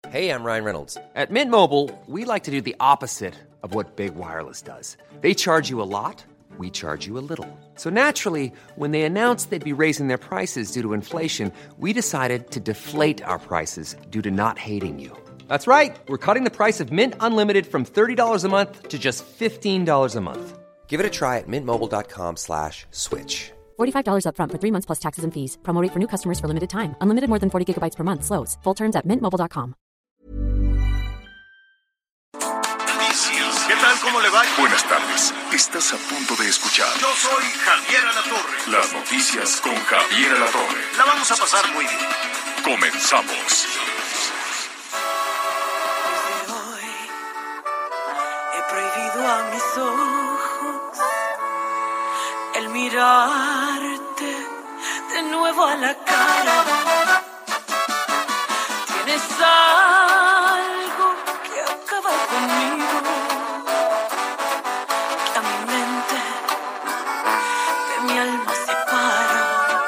Hey, I'm Ryan Reynolds. At Mint Mobile, we like to do the opposite of what Big Wireless does. They charge you a lot, we charge you a little. So naturally, when they announced they'd be raising their prices due to inflation, we decided to deflate our prices due to not hating you. That's right. We're cutting the price of Mint Unlimited from $30 a month to just $15 a month. Give it a try at mintmobile.com/switch. $45 up front for 3 months plus taxes and fees. Promo rate for new customers for limited time. Unlimited more than 40 gigabytes per month. Slows full terms at mintmobile.com. ¿Qué tal? ¿Cómo le va? Buenas tardes. Estás a punto de escuchar. Yo soy Javier Alatorre. Las noticias con Javier Alatorre. La vamos a pasar muy bien. Comenzamos. Desde hoy he prohibido a mis ojos el mirarte de nuevo a la cara. Tienes algo que acaba conmigo, que a mi mente de mi alma separa.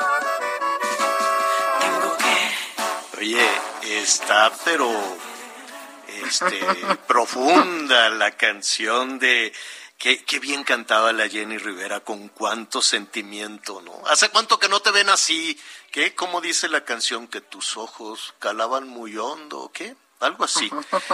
Tengo que... Oye, está pero profunda la canción de... Qué bien cantaba la Jenny Rivera, con cuánto sentimiento, ¿no? ¿Hace cuánto que no te ven así? ¿Qué? ¿Cómo dice la canción? ¿Que tus ojos calaban muy hondo? ¿Qué? Algo así.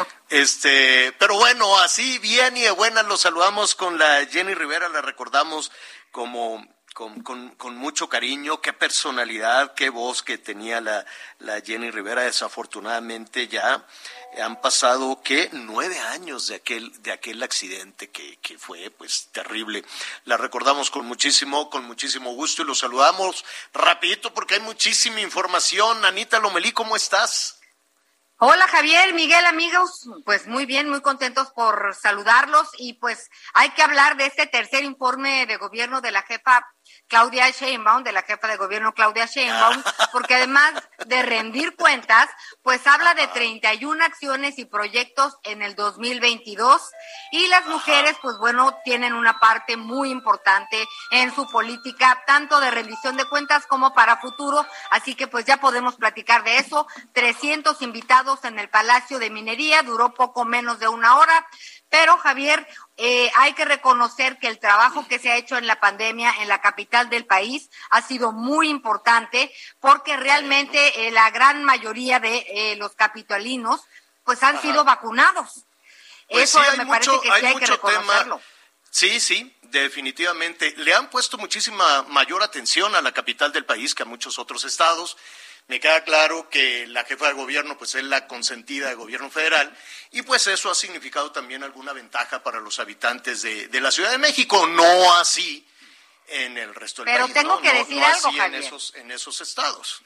Pero bueno, así bien y de buena lo saludamos con la Jenny Rivera, la recordamos como... Con mucho cariño. Qué personalidad, qué voz que tenía la Jenny Rivera. Desafortunadamente ya han pasado 9 años de aquel accidente que fue pues terrible. La recordamos con muchísimo gusto y lo saludamos rapidito porque hay muchísima información. Anita Lomelí, ¿cómo estás? Hola Javier, Miguel, amigos, pues muy bien, muy contentos por saludarlos y pues hay que hablar de este tercer informe de gobierno de la jefa Claudia Sheinbaum, de la jefa de gobierno Claudia Sheinbaum, porque además de rendir cuentas, pues habla de 31 acciones y proyectos en el 2022 y las mujeres, pues bueno, tienen una parte muy importante en su política, tanto de rendición de cuentas como para futuro, así que pues ya podemos platicar de eso. 300 invitados en el Palacio de Minería, duró poco menos de 1 hora. Pero, Javier, hay que reconocer que el trabajo que se ha hecho en la pandemia en la capital del país ha sido muy importante porque realmente la gran mayoría de los capitalinos pues han sido vacunados. Pues eso sí, me parece que sí hay que reconocerlo. Sí, definitivamente. Le han puesto muchísima mayor atención a la capital del país que a muchos otros estados. Me queda claro que la jefa de gobierno pues es la consentida de gobierno federal y pues eso ha significado también alguna ventaja para los habitantes de la Ciudad de México, no así en el resto del país. Pero tengo que decir algo, así Javier. en esos estados.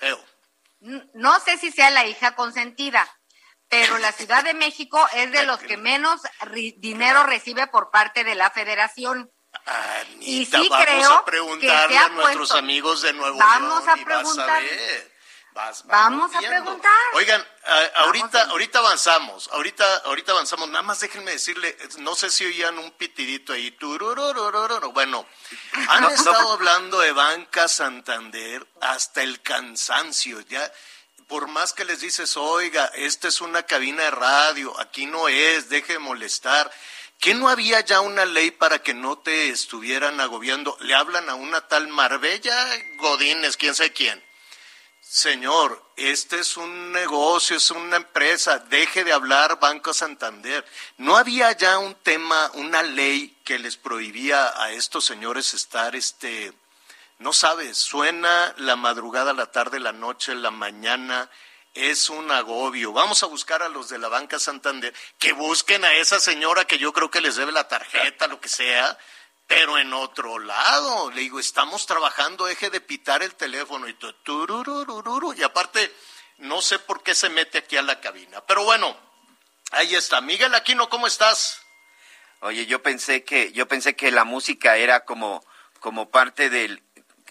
No sé si sea la hija consentida, pero la Ciudad de México es de los que menos dinero recibe por parte de la Federación. Anita, y sí vamos creo a preguntarle a nuestros amigos de Nuevo Vamos León a y preguntar. vas a ver. Vamos a viendo. preguntar. Oigan, ahorita avanzamos, nada más déjenme decirle, no sé si oían un pitidito ahí, turururururu. Bueno, han estado hablando de Banca Santander hasta el cansancio, ya, por más que les dices, oiga, esta es una cabina de radio, aquí no es, deje de molestar. ¿Que no había ya una ley para que no te estuvieran agobiando? Le hablan a una tal Marbella Godínez, quién sabe quién. Señor, este es un negocio, es una empresa, deje de hablar Banco Santander. ¿No había ya un tema, una ley que les prohibía a estos señores estar, no sabes, suena la madrugada, la tarde, la noche, la mañana, es un agobio? Vamos a buscar a los de la Banca Santander, que busquen a esa señora que yo creo que les debe la tarjeta, lo que sea, pero en otro lado, le digo, estamos trabajando, deje de pitar el teléfono y aparte, no sé por qué se mete aquí a la cabina. Pero bueno, ahí está. Miguel Aquino, ¿cómo estás? Oye, yo pensé que la música era como parte del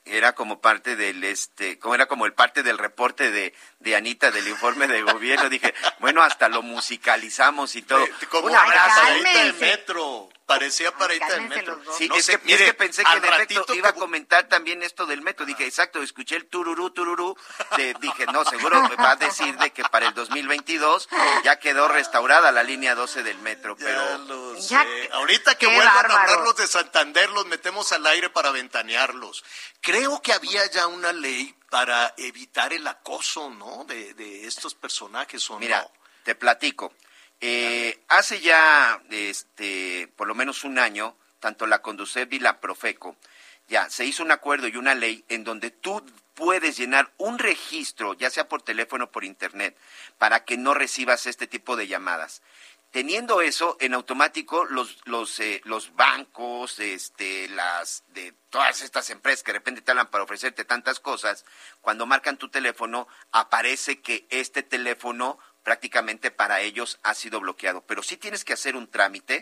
parte del reporte de Anita del informe de gobierno. Dije, bueno, hasta lo musicalizamos y todo. Como Un abrazo. una de metro. parecía parita del Cálmense metro. los dos. Sí, No es, sé, que, mire, es que pensé que al en efecto ratito iba a que- comentar también esto del metro. Dije, exacto, escuché el tururú, dije, no, seguro me va a decir de que para el 2022 ya quedó restaurada la línea 12 del metro, Ya pero lo Ya, sé. Ahorita que qué vuelvan a bárbaro. hablar los de Santander, los metemos al aire para ventanearlos. Creo que había ya una ley para evitar el acoso, ¿no? De estos personajes, ¿o mira, no? te platico. Hace ya, por lo menos un año, tanto la Conducef y la Profeco, ya se hizo un acuerdo y una ley en donde tú puedes llenar un registro, ya sea por teléfono o por internet, para que no recibas este tipo de llamadas. Teniendo eso, en automático los bancos, de todas estas empresas que de repente te hablan para ofrecerte tantas cosas, cuando marcan tu teléfono, aparece que este teléfono prácticamente para ellos ha sido bloqueado. Pero sí tienes que hacer un trámite,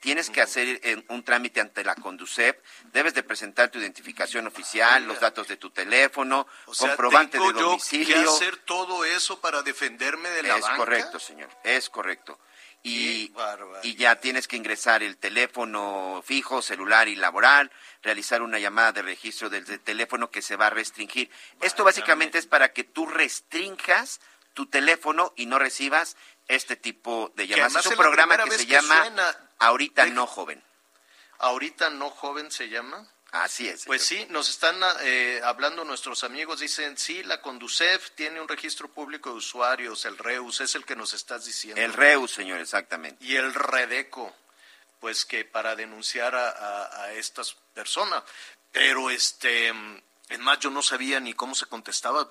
un trámite ante la Conducef, debes de presentar tu identificación oficial, los datos de tu teléfono, O sea, comprobante de ¿tengo yo domicilio. que hacer todo eso para defenderme de la Es banca? correcto, señor, es correcto. Qué barbaridad. Y ya tienes que ingresar el teléfono fijo, celular y laboral, realizar una llamada de registro del teléfono que se va a restringir. Esto básicamente es para que tú restrinjas tu teléfono y no recibas este tipo de llamadas. además Es un es la programa primera que vez se que llama suena. Ahorita Deje- No Joven. Ahorita no joven se llama. Así es. Pues señor. sí, nos están hablando nuestros amigos, dicen, sí, la Conducef tiene un registro público de usuarios, el REUS, es el que nos estás diciendo. El REUS, señor, exactamente. Y el REDECO, pues que para denunciar a estas personas. Pero es más, yo no sabía ni cómo se contestaba.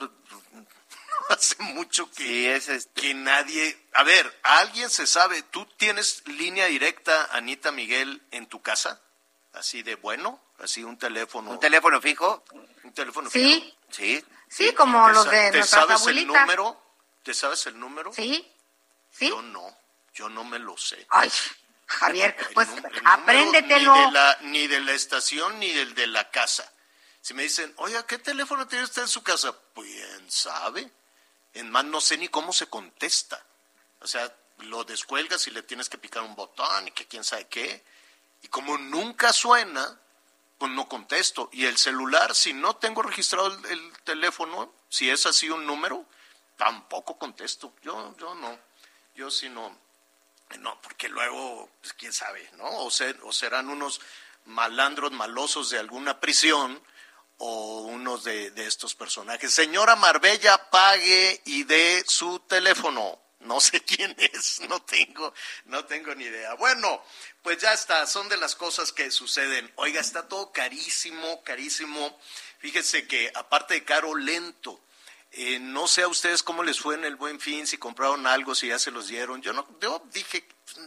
Hace mucho que, Sí, es que nadie... A ver, ¿alguien se sabe? ¿Tú tienes línea directa, Anita Miguel, en tu casa? Así de bueno, así un teléfono. ¿Un teléfono fijo? Un teléfono Sí, fijo. Sí. sí, como ¿Te los sa- de ¿Te nuestras sabes abuelitas. el número? ¿Te sabes el número? Sí, sí. Yo no me lo sé. Ay, Javier, pues El número apréndetelo. Ni de la estación ni del de la casa. Si me dicen, oiga, ¿qué teléfono tiene usted en su casa? Pues, ¿quién sabe? En más, no sé ni cómo se contesta. O sea, lo descuelgas y le tienes que picar un botón y que quién sabe qué. Y como nunca suena, pues no contesto. Y el celular, si no tengo registrado el teléfono, si es así un número, tampoco contesto. Yo no. Yo sí no. No, porque luego, pues quién sabe, ¿no? O serán unos malandros malosos de alguna prisión o unos de estos personajes. Señora Marbella, pague y dé su teléfono. No sé quién es, no tengo ni idea. Bueno, pues ya está, son de las cosas que suceden. Oiga, está todo carísimo, carísimo. Fíjese que aparte de caro, lento. No sé a ustedes cómo les fue en el Buen Fin, si compraron algo, si ya se los dieron. Yo dije,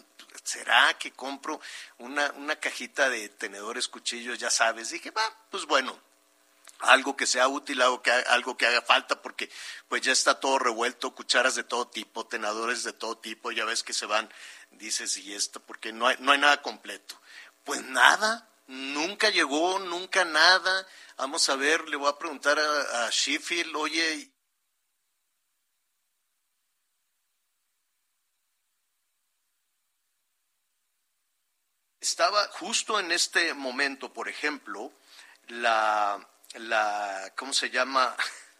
¿será que compro una cajita de tenedores, cuchillos? Ya sabes, dije, pues bueno, algo que sea útil, algo que haga falta, porque pues ya está todo revuelto, cucharas de todo tipo, tenedores de todo tipo, ya ves que se van, dices, y esto, porque no hay nada completo. Pues nada, nunca llegó, nunca nada. Vamos a ver, le voy a preguntar a Sheffield, oye... Estaba justo en este momento, por ejemplo, ¿cómo se llama?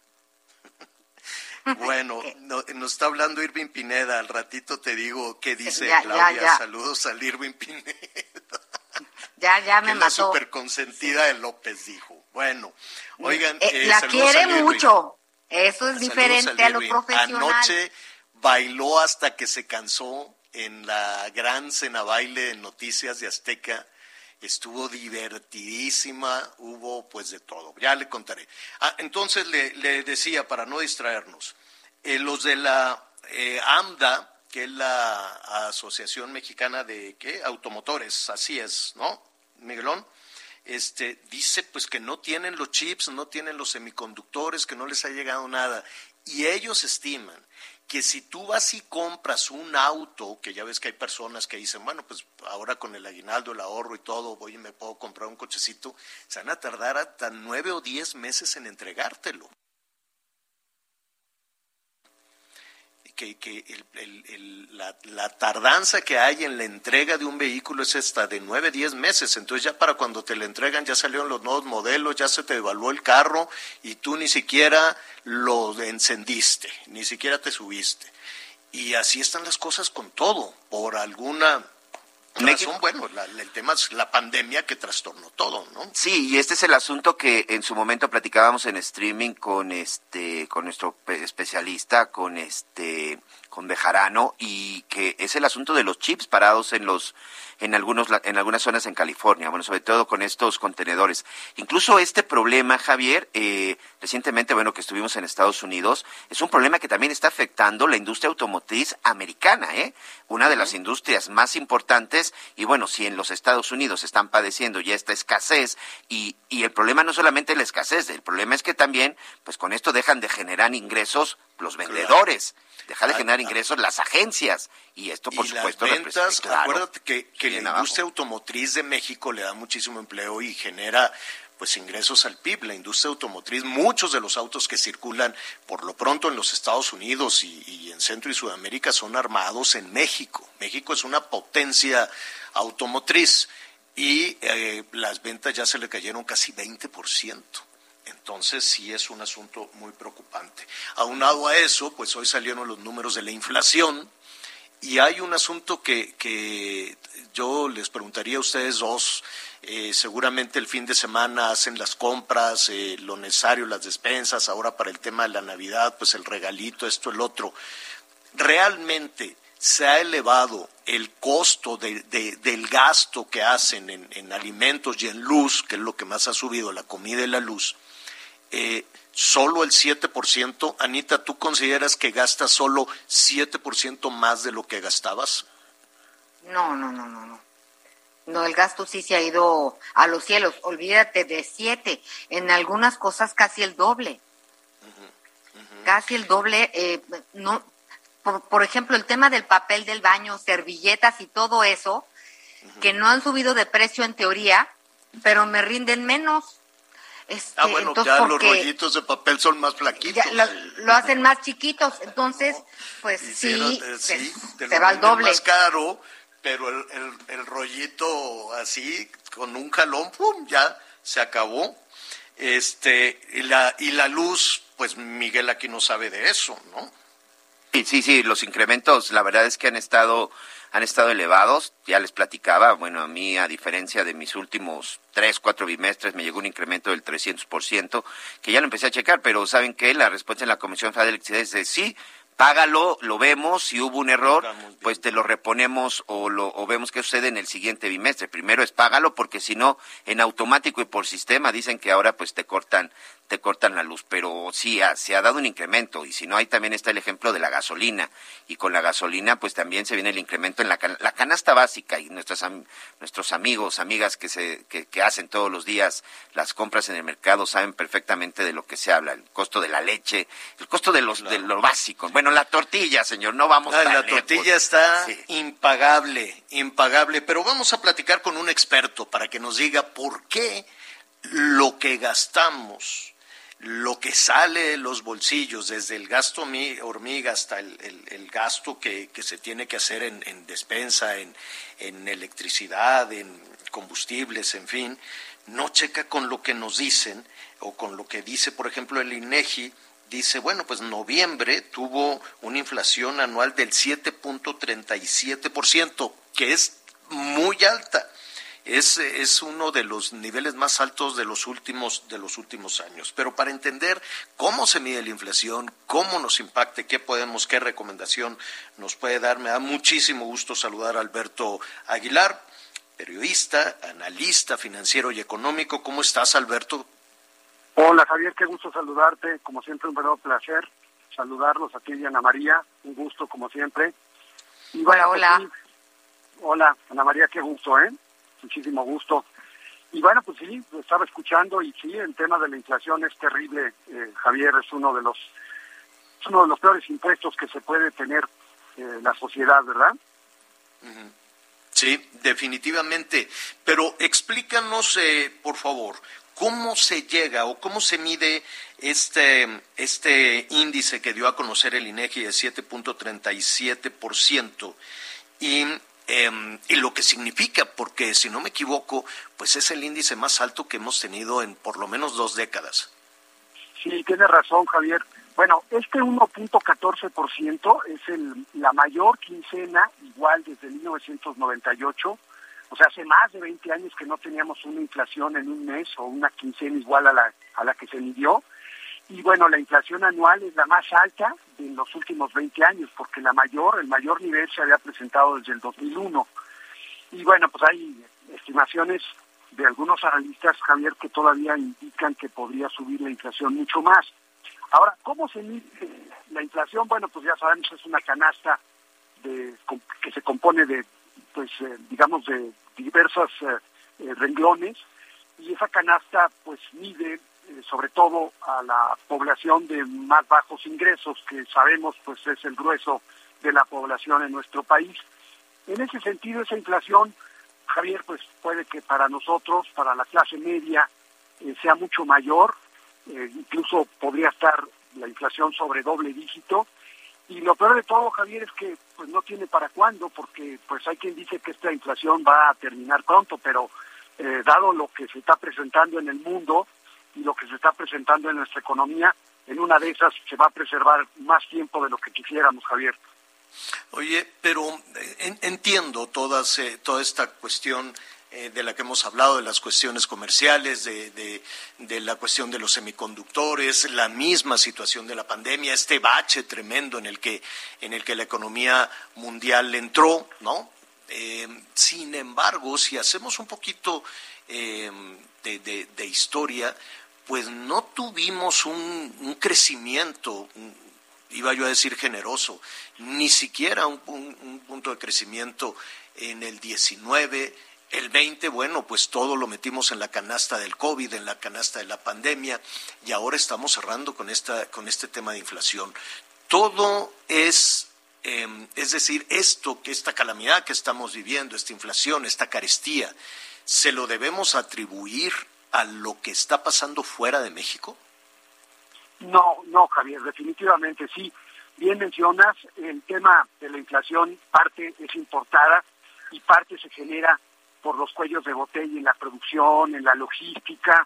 Bueno, nos está hablando Irving Pineda, al ratito te digo qué dice Claudia. Ya. Saludos al Irving Pineda. Ya me que es la mató. super consentida de López, dijo. Bueno, oigan, la saludos quiere al Irving. mucho. Eso es Saludos diferente al a lo Irving. profesional. Anoche bailó hasta que se cansó en la gran cena baile de Noticias de Azteca. Estuvo divertidísima, hubo pues de todo, ya le contaré. Entonces le decía, para no distraernos, los de la AMDA, que es la Asociación Mexicana de Automotores, así es, ¿no, Miguelón? Dice pues que no tienen los chips, no tienen los semiconductores, que no les ha llegado nada, y ellos estiman que si tú vas y compras un auto, que ya ves que hay personas que dicen, bueno, pues ahora con el aguinaldo, el ahorro y todo, voy y me puedo comprar un cochecito, se van a tardar hasta 9 o 10 meses en entregártelo. la tardanza que hay en la entrega de un vehículo es hasta de 9-10 meses. Entonces ya para cuando te lo entregan ya salieron los nuevos modelos, ya se te evaluó el carro y tú ni siquiera lo encendiste, ni siquiera te subiste. Y así están las cosas con todo, por alguna razón. Bueno, el tema es la pandemia que trastornó todo, ¿no? Sí, y este es el asunto que en su momento platicábamos en streaming con nuestro especialista, con Bejarano, y que es el asunto de los chips parados en algunas zonas en California, bueno, sobre todo con estos contenedores. Incluso este problema, Javier, recientemente, bueno, que estuvimos en Estados Unidos, es un problema que también está afectando la industria automotriz americana, una de las industrias más importantes. Y bueno, si en los Estados Unidos están padeciendo ya esta escasez, y el problema no es solamente la escasez, el problema es que también, pues con esto dejan de generar ingresos los vendedores. Deja de generar ingresos las agencias, y esto por supuesto las ventas, claro, acuérdate que la industria automotriz de México le da muchísimo empleo y genera pues ingresos al PIB. La industria automotriz, muchos de los autos que circulan por lo pronto en los Estados Unidos y en Centro y Sudamérica son armados en México. México es una potencia automotriz y las ventas ya se le cayeron casi 20%. Entonces sí es un asunto muy preocupante. Aunado a eso, pues hoy salieron los números de la inflación y hay un asunto que yo les preguntaría a ustedes dos. Seguramente el fin de semana hacen las compras, lo necesario, las despensas, ahora para el tema de la Navidad, pues el regalito, esto, el otro. ¿Realmente se ha elevado el costo del gasto que hacen en alimentos y en luz, que es lo que más ha subido, la comida y la luz? Solo el 7%. Anita, ¿tú consideras que gastas solo 7% más de lo que gastabas? No. No, el gasto sí se ha ido a los cielos. Olvídate de 7. En algunas cosas casi el doble. Casi el doble. No, por ejemplo, el tema del papel del baño, servilletas y todo eso, que no han subido de precio en teoría, pero me rinden menos. Bueno, entonces, ya los rollitos de papel son más flaquitos. Lo hacen más chiquitos, entonces, pues sí, se va al doble. Más caro, pero el rollito así, con un jalón, ¡pum!, ya se acabó. Y la luz, pues Miguel aquí no sabe de eso, ¿no? Sí, los incrementos, la verdad es que han estado elevados. Ya les platicaba, bueno, a mí, a diferencia de mis últimos 3-4 bimestres, me llegó un incremento del 300%, que ya lo empecé a checar, pero ¿saben qué? La respuesta en la Comisión Federal de Electricidad es de sí, págalo, lo vemos, si hubo un error, pues te lo reponemos o vemos qué sucede en el siguiente bimestre. Primero es págalo, porque si no, en automático y por sistema dicen que ahora pues te cortan la luz, pero sí se ha dado un incremento. Y si no, ahí también está el ejemplo de la gasolina, y con la gasolina pues también se viene el incremento en la canasta básica, y nuestros amigos, amigas que hacen todos los días las compras en el mercado saben perfectamente de lo que se habla: el costo de la leche, el costo de lo básico. Bueno, la tortilla, señor, no vamos tan lejos. La tortilla está impagable, pero vamos a platicar con un experto para que nos diga por qué lo que gastamos, lo que sale de los bolsillos, desde el gasto hormiga hasta el gasto que se tiene que hacer en despensa, en electricidad, en combustibles, en fin, no checa con lo que nos dicen o con lo que dice, por ejemplo, el INEGI. Dice, bueno, pues noviembre tuvo una inflación anual del 7.37%, que es muy alta. Es uno de los niveles más altos de los últimos años. Pero para entender cómo se mide la inflación, cómo nos impacta, qué recomendación nos puede dar, me da muchísimo gusto saludar a Alberto Aguilar, periodista, analista financiero y económico. ¿Cómo estás, Alberto? Hola, Javier, qué gusto saludarte. Como siempre, un verdadero placer saludarlos a ti y Ana María. Un gusto, como siempre. Y hola. Pues, sí. Hola, Ana María, qué gusto, muchísimo gusto. Y bueno, pues sí, lo estaba escuchando, y sí, el tema de la inflación es terrible, Javier. Es uno de los peores impuestos que se puede tener la sociedad, ¿verdad? Sí, definitivamente. Pero explícanos, por favor, ¿cómo se llega o cómo se mide este índice que dio a conocer el INEGI de 7.37% y lo que significa? Porque, si no me equivoco, pues es el índice más alto que hemos tenido en por lo menos 2 décadas. Sí, tiene razón, Javier. Bueno, este 1.14% es la mayor quincena igual desde 1998. O sea, hace más de 20 años que no teníamos una inflación en un mes o una quincena igual a la que se midió. Y bueno, la inflación anual es la más alta en los últimos 20 años, porque el mayor nivel se había presentado desde el 2001. Y bueno, pues hay estimaciones de algunos analistas, Javier, que todavía indican que podría subir la inflación mucho más. Ahora, ¿cómo se mide la inflación? Bueno, pues ya sabemos, es una canasta que se compone de, pues, digamos, de diversos renglones, y esa canasta, pues, mide sobre todo a la población de más bajos ingresos, que sabemos, pues, es el grueso de la población en nuestro país. En ese sentido, esa inflación, Javier, pues puede que para nosotros, para la clase media, sea mucho mayor, incluso podría estar la inflación sobre doble dígito. Y lo peor de todo, Javier, es que pues no tiene para cuándo, porque pues hay quien dice que esta inflación va a terminar pronto, pero dado lo que se está presentando en el mundo y lo que se está presentando en nuestra economía, en una de esas se va a preservar más tiempo de lo que quisiéramos, Javier. Oye, pero entiendo toda esta cuestión de la que hemos hablado, de las cuestiones comerciales, de la cuestión de los semiconductores, la misma situación de la pandemia, este bache tremendo en el que la economía mundial entró, ¿no? Sin embargo, si hacemos un poquito de historia, pues no tuvimos un crecimiento, iba yo a decir generoso, ni siquiera un punto de crecimiento en el 19, el 20, bueno, pues todo lo metimos en la canasta del COVID, en la canasta de la pandemia, y ahora estamos cerrando con este tema de inflación. Todo es decir, esta calamidad que estamos viviendo, esta inflación, esta carestía, ¿se lo debemos atribuir a lo que está pasando fuera de México? No, Javier, definitivamente sí. Bien mencionas, el tema de la inflación, parte es importada y parte se genera por los cuellos de botella en la producción, en la logística,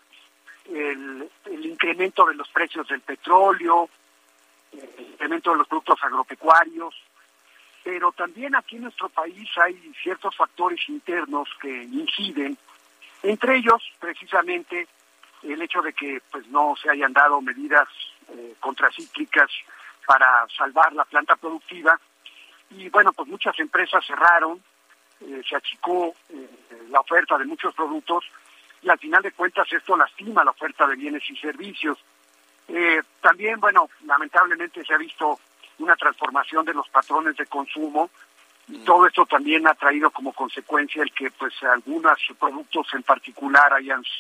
el incremento de los precios del petróleo, el incremento de los productos agropecuarios, pero también aquí en nuestro país hay ciertos factores internos que inciden, entre ellos precisamente el hecho de que pues no se hayan dado medidas contracíclicas para salvar la planta productiva, y bueno, pues muchas empresas cerraron, se achicó la oferta de muchos productos, y al final de cuentas esto lastima la oferta de bienes y servicios. También, bueno, lamentablemente se ha visto una transformación de los patrones de consumo, y todo esto también ha traído como consecuencia el que pues algunos productos en particular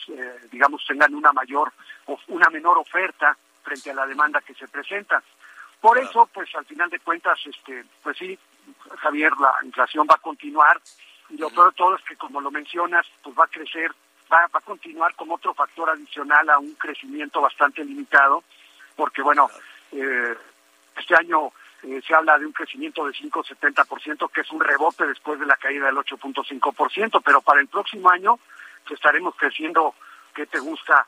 tengan una menor oferta frente a la demanda que se presenta. Por eso, pues al final de cuentas, pues sí, Javier, la inflación va a continuar, y lo peor de todo es que, como lo mencionas, pues va a crecer, va a continuar como otro factor adicional a un crecimiento bastante limitado, porque bueno, este año se habla de un crecimiento de 5,70%, que es un rebote después de la caída del 8,5%, pero para el próximo año pues estaremos creciendo, ¿qué te gusta?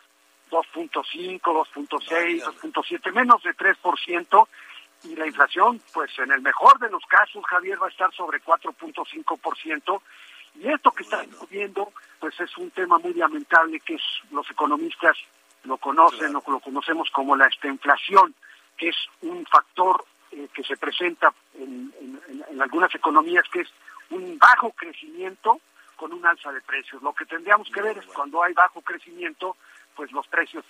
2.5, 2.6, 2.7, menos de 3%, y la inflación, pues en el mejor de los casos, Javier, va a estar sobre 4.5%, y esto que estamos viendo, pues es un tema muy lamentable, que los economistas lo conocen, o lo conocemos como la inflación, que es un factor que se presenta en algunas economías, que es un bajo crecimiento con un alza de precios. Lo que tendríamos que ver es cuando hay bajo crecimiento, pues los precios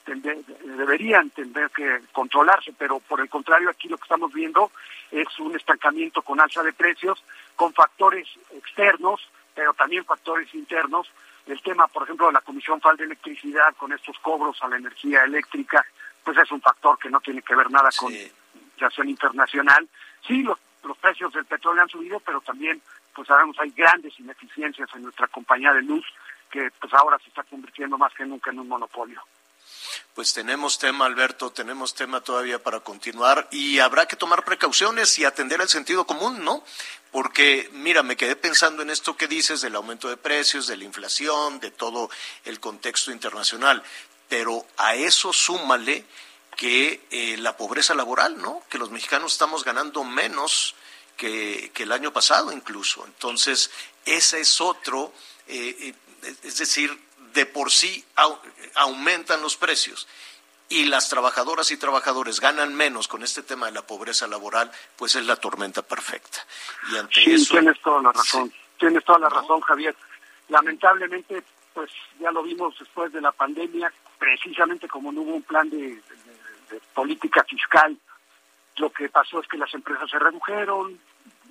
deberían tener que controlarse, pero por el contrario, aquí lo que estamos viendo es un estancamiento con alza de precios, con factores externos, pero también factores internos. El tema, por ejemplo, de la Comisión Federal de Electricidad, con estos cobros a la energía eléctrica, pues es un factor que no tiene que ver nada con la inflación internacional. Sí, los los precios del petróleo han subido, pero también, pues sabemos, hay grandes ineficiencias en nuestra compañía de luz, que pues ahora se está convirtiendo más que nunca en un monopolio. Pues tenemos tema, Alberto, tenemos tema todavía para continuar y habrá que tomar precauciones y atender el sentido común, ¿no? Porque, mira, me quedé pensando en esto que dices del aumento de precios, de la inflación, de todo el contexto internacional, pero a eso súmale que la pobreza laboral, ¿no? Que los mexicanos estamos ganando menos que el año pasado incluso. Entonces, ese es otro, es decir, de por sí aumentan los precios y las trabajadoras y trabajadores ganan menos con este tema de la pobreza laboral, pues es la tormenta perfecta. Y ante eso, tienes toda la razón, tienes toda la razón, Javier. Lamentablemente, pues ya lo vimos después de la pandemia, precisamente como no hubo un plan de política fiscal, lo que pasó es que las empresas se redujeron,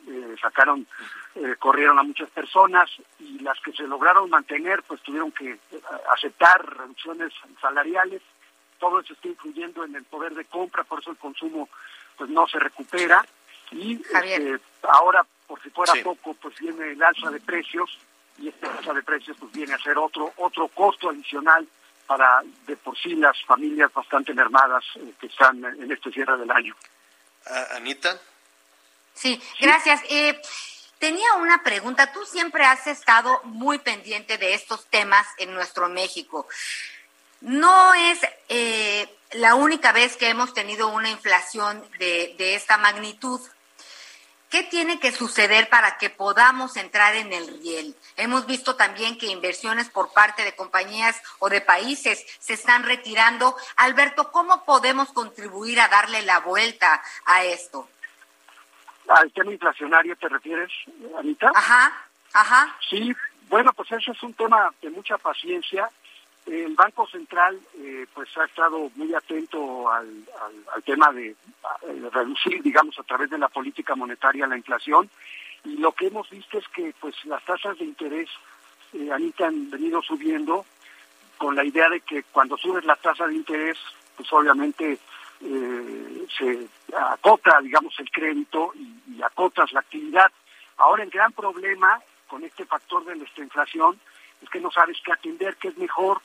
corrieron a muchas personas, y las que se lograron mantener pues tuvieron que aceptar reducciones salariales. Todo eso está influyendo en el poder de compra, por eso el consumo pues no se recupera, y ahora, por si fuera poco, pues viene el alza de precios, y esta alza de precios pues viene a ser otro costo adicional para de por sí las familias bastante mermadas que están en este cierre del año. Anita. Sí, gracias. Tenía una pregunta. Tú siempre has estado muy pendiente de estos temas en nuestro México. No es la única vez que hemos tenido una inflación de esta magnitud. ¿Qué tiene que suceder para que podamos entrar en el riel? Hemos visto también que inversiones por parte de compañías o de países se están retirando. Alberto, ¿cómo podemos contribuir a darle la vuelta a esto? ¿Al tema inflacionario te refieres, Anita? Ajá. Sí, bueno, pues eso es un tema de mucha paciencia. El Banco Central pues ha estado muy atento al tema de reducir, digamos, a través de la política monetaria la inflación, y lo que hemos visto es que pues las tasas de interés, Anita, han venido subiendo con la idea de que cuando subes la tasa de interés, pues obviamente se acota, digamos, el crédito y acotas la actividad. Ahora el gran problema con este factor de nuestra inflación es que no sabes qué atender, que es mejor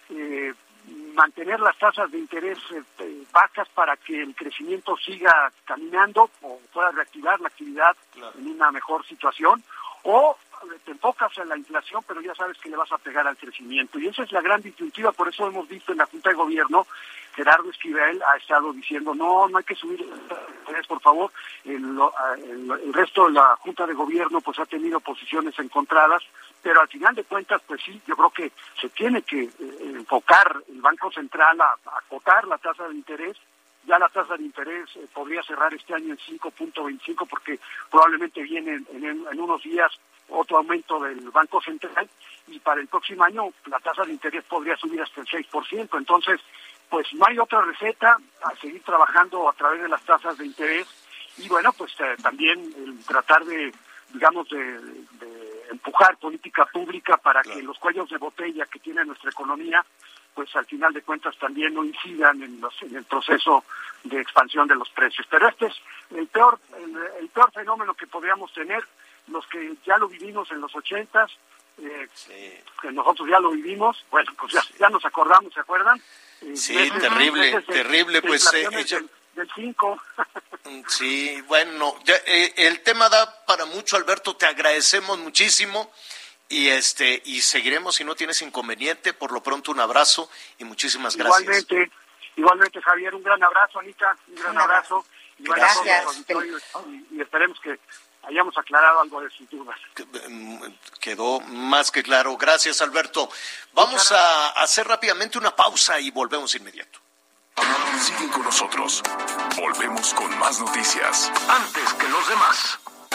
mantener las tasas de interés bajas para que el crecimiento siga caminando o pueda reactivar la actividad en una mejor situación, o te enfocas en la inflación, pero ya sabes que le vas a pegar al crecimiento. Y esa es la gran disyuntiva. Por eso hemos visto en la Junta de Gobierno, Gerardo Esquivel ha estado diciendo, no hay que subir por favor. El resto de la Junta de Gobierno pues ha tenido posiciones encontradas, pero al final de cuentas, pues sí, yo creo que se tiene que enfocar el Banco Central a acotar la tasa de interés. Ya la tasa de interés podría cerrar este año en 5.25, porque probablemente viene en unos días otro aumento del Banco Central, y para el próximo año la tasa de interés podría subir hasta el 6%. Entonces, pues no hay otra receta, a seguir trabajando a través de las tasas de interés, y bueno, pues también el tratar de, digamos, de empujar política pública para que los cuellos de botella que tiene nuestra economía pues al final de cuentas también no incidan en el proceso de expansión de los precios. Pero este es el peor fenómeno que podríamos tener, los que ya lo vivimos en los 80s, que nosotros ya lo vivimos, bueno, pues ya nos acordamos, ¿se acuerdan? Terrible, pues... del 5. Sí, bueno, el tema da para mucho, Alberto, te agradecemos muchísimo. Y seguiremos si no tienes inconveniente. Por lo pronto, un abrazo y muchísimas gracias. Igualmente, Javier, un gran abrazo, Anita, un gran abrazo. Y gracias. Y esperemos que hayamos aclarado algo de sus dudas. Quedó más que claro. Gracias, Alberto. Vamos a hacer rápidamente una pausa y volvemos inmediato. Siguen con nosotros. Volvemos con más noticias. Antes que los demás.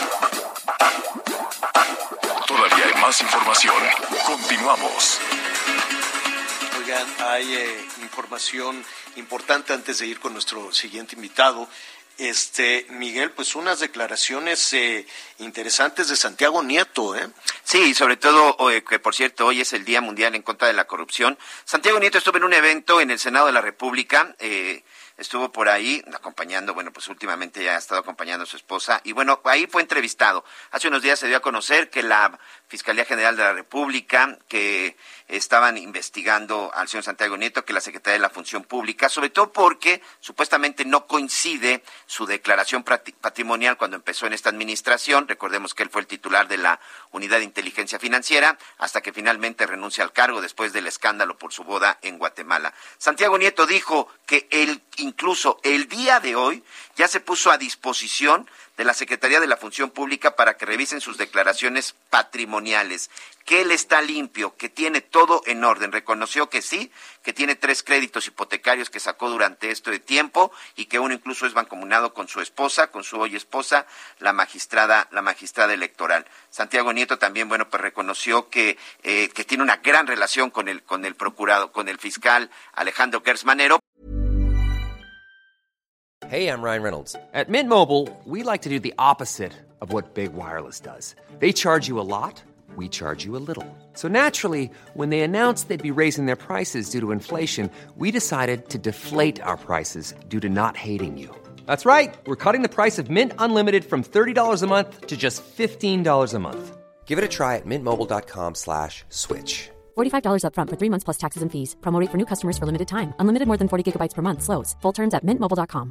Todavía hay más información. Continuamos. Oigan, hay información importante antes de ir con nuestro siguiente invitado. Miguel, pues unas declaraciones interesantes de Santiago Nieto, ¿eh? Sí, sobre todo, que por cierto, hoy es el Día Mundial en contra de la Corrupción. Santiago Nieto estuvo en un evento en el Senado de la República, estuvo por ahí acompañando, bueno, pues últimamente ya ha estado acompañando a su esposa, y bueno, ahí fue entrevistado. Hace unos días se dio a conocer que la Fiscalía General de la República, que estaban investigando al señor Santiago Nieto, que la Secretaría de la Función Pública, sobre todo porque supuestamente no coincide su declaración patrimonial cuando empezó en esta administración. Recordemos que él fue el titular de la Unidad de Inteligencia Financiera, hasta que finalmente renuncia al cargo después del escándalo por su boda en Guatemala. Santiago Nieto dijo que él, incluso el día de hoy, ya se puso a disposición de la Secretaría de la Función Pública para que revisen sus declaraciones patrimoniales, que él está limpio, que tiene todo en orden. Reconoció que sí, que tiene 3 créditos hipotecarios que sacó durante este tiempo y que uno incluso es mancomunado con su esposa, con su hoy esposa, la magistrada electoral. Santiago Nieto también, bueno, pues reconoció que tiene una gran relación con el procurado, con el fiscal Alejandro Gertz Manero. Hey, I'm Ryan Reynolds. At Mint Mobile, we like to do the opposite of what Big Wireless does. They charge you a lot, we charge you a little. So naturally, when they announced they'd be raising their prices due to inflation, we decided to deflate our prices due to not hating you. That's right. We're cutting the price of Mint Unlimited from $30 a month to just $15 a month. Give it a try at mintmobile.com/switch. $45 up front for 3 months plus taxes and fees. Promo rate for new customers for limited time. Unlimited more than 40 gigabytes per month. Slows full terms at mintmobile.com.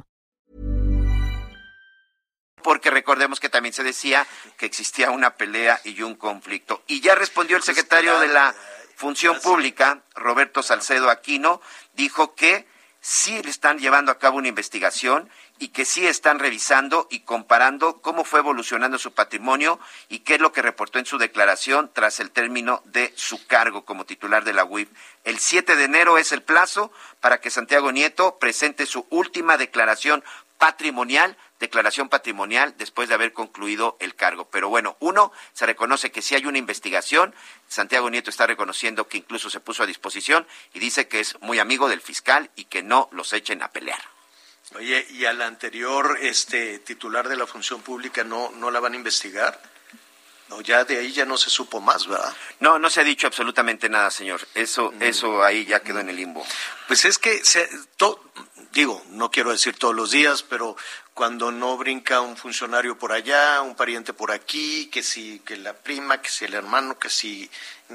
Porque recordemos que también se decía que existía una pelea y un conflicto. Y ya respondió el secretario de la Función Pública, Roberto Salcedo Aquino, dijo que sí le están llevando a cabo una investigación y que sí están revisando y comparando cómo fue evolucionando su patrimonio y qué es lo que reportó en su declaración tras el término de su cargo como titular de la UIF. El 7 de enero es el plazo para que Santiago Nieto presente su última declaración patrimonial después de haber concluido el cargo. Pero bueno, se reconoce que sí hay una investigación. Santiago Nieto está reconociendo que incluso se puso a disposición y dice que es muy amigo del fiscal y que no los echen a pelear. Oye, ¿y al anterior titular de la Función Pública no la van a investigar? No, ya de ahí ya no se supo más, ¿verdad? No se ha dicho absolutamente nada, señor. Eso ahí ya quedó en el limbo. Pues es que, no quiero decir todos los días, pero cuando no brinca un funcionario por allá, un pariente por aquí, que la prima, que si el hermano, que si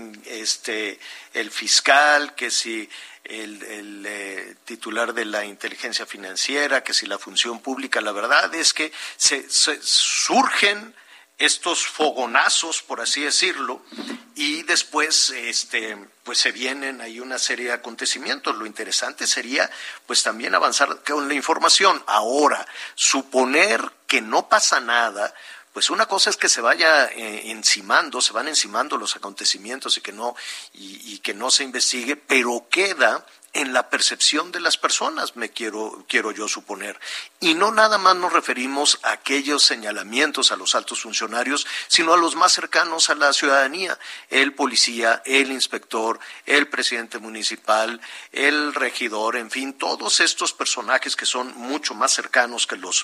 el fiscal, que si el titular de la inteligencia financiera, que si la Función Pública, la verdad es que se surgen estos fogonazos, por así decirlo, y después pues se vienen ahí una serie de acontecimientos. Lo interesante sería pues también avanzar con la información. Ahora, suponer que no pasa nada, pues una cosa es que se van encimando los acontecimientos y que no se investigue, pero queda en la percepción de las personas, quiero yo suponer. Y no nada más nos referimos a aquellos señalamientos a los altos funcionarios, sino a los más cercanos a la ciudadanía, el policía, el inspector, el presidente municipal, el regidor, en fin, todos estos personajes que son mucho más cercanos que los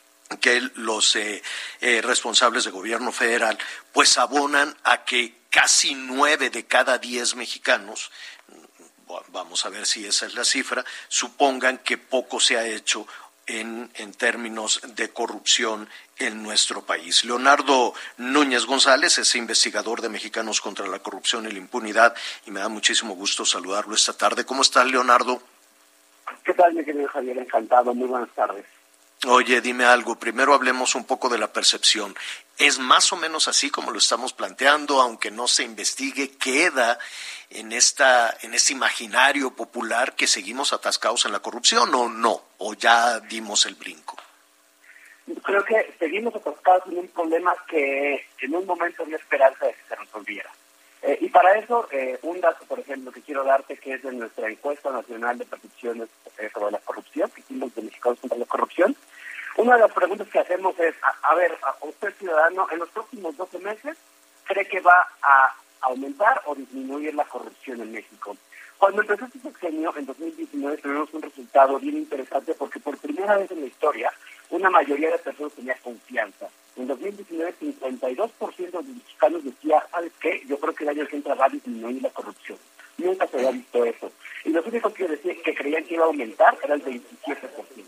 responsables de gobierno federal, pues abonan a que casi 9 de cada 10 mexicanos, vamos a ver si esa es la cifra, supongan que poco se ha hecho en términos de corrupción en nuestro país. Leonardo Núñez González es investigador de Mexicanos contra la Corrupción y la Impunidad y me da muchísimo gusto saludarlo esta tarde. ¿Cómo estás, Leonardo? ¿Qué tal, mi querido Javier? Encantado, muy buenas tardes. Oye, dime algo, primero hablemos un poco de la percepción. ¿Es más o menos así como lo estamos planteando, aunque no se investigue, queda en este imaginario popular que seguimos atascados en la corrupción o no? ¿O ya dimos el brinco? Creo que seguimos atascados en un problema que en un momento había esperanza de que se resolviera. Y para eso, un dato, por ejemplo, que quiero darte, que es de nuestra encuesta nacional de percepciones sobre la corrupción, que hicimos de Mexicanos contra la Corrupción. Una de las preguntas que hacemos es, a ver, usted ciudadano, en los próximos 12 meses, ¿cree que va a aumentar o disminuir la corrupción en México? Cuando empezó este sexenio, en 2019, tuvimos un resultado bien interesante porque por primera vez en la historia, una mayoría de personas tenía confianza. En 2019, 52% de los mexicanos decía, ¿sabes qué? Yo creo que el año que entra va a disminuir la corrupción. Nunca se había visto eso. Y los únicos que creían que iba a aumentar era el 27%.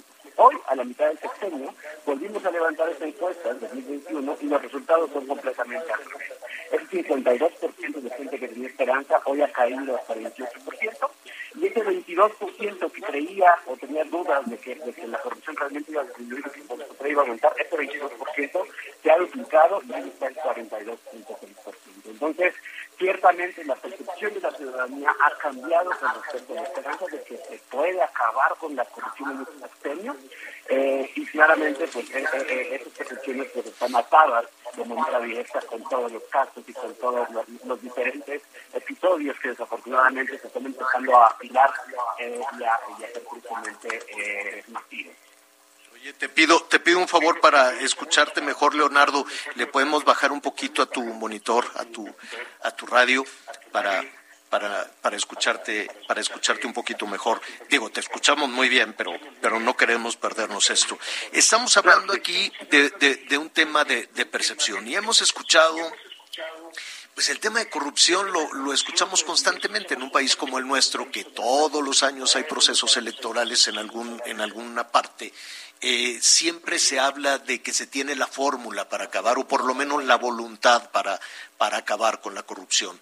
completamente al revés. Ese 52% de gente que tenía esperanza hoy ha caído hasta el 28%, y ese 22% que creía o tenía dudas de que la corrupción realmente iba a disminuir y que iba a aumentar, ese 22% se ha duplicado y hoy está en 42.6%. Entonces, ciertamente la percepción de la ciudadanía ha cambiado con respecto a la esperanza de que se puede acabar con la corrupción en este sexenio, y claramente pues esas percepciones pues están atadas de manera directa con todos los casos y con todos los diferentes episodios que desafortunadamente se están empezando a afilar y a ser tristemente masivos. Oye, te pido un favor para escucharte mejor, Leonardo. ¿Le podemos bajar un poquito a tu monitor, a tu radio para escucharte un poquito mejor? Digo, te escuchamos muy bien, pero no queremos perdernos esto. Estamos hablando aquí de un tema de percepción y hemos escuchado, pues el tema de corrupción lo escuchamos constantemente en un país como el nuestro, que todos los años hay procesos electorales en alguna parte. Siempre se habla de que se tiene la fórmula para acabar, o por lo menos la voluntad para acabar con la corrupción.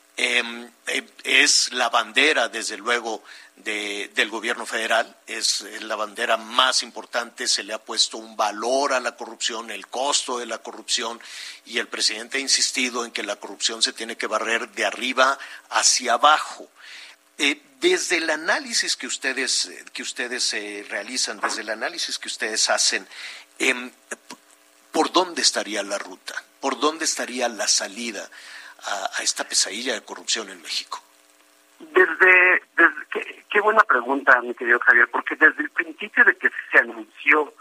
Es la bandera, desde luego, del gobierno federal, es la bandera más importante, se le ha puesto un valor a la corrupción, el costo de la corrupción, y el presidente ha insistido en que la corrupción se tiene que barrer de arriba hacia abajo. Desde el análisis que ustedes realizan, desde el análisis que ustedes hacen, ¿por dónde estaría la ruta? ¿Por dónde estaría la salida a esta pesadilla de corrupción en México? Qué buena pregunta, mi querido Javier, porque desde el principio de que se anunció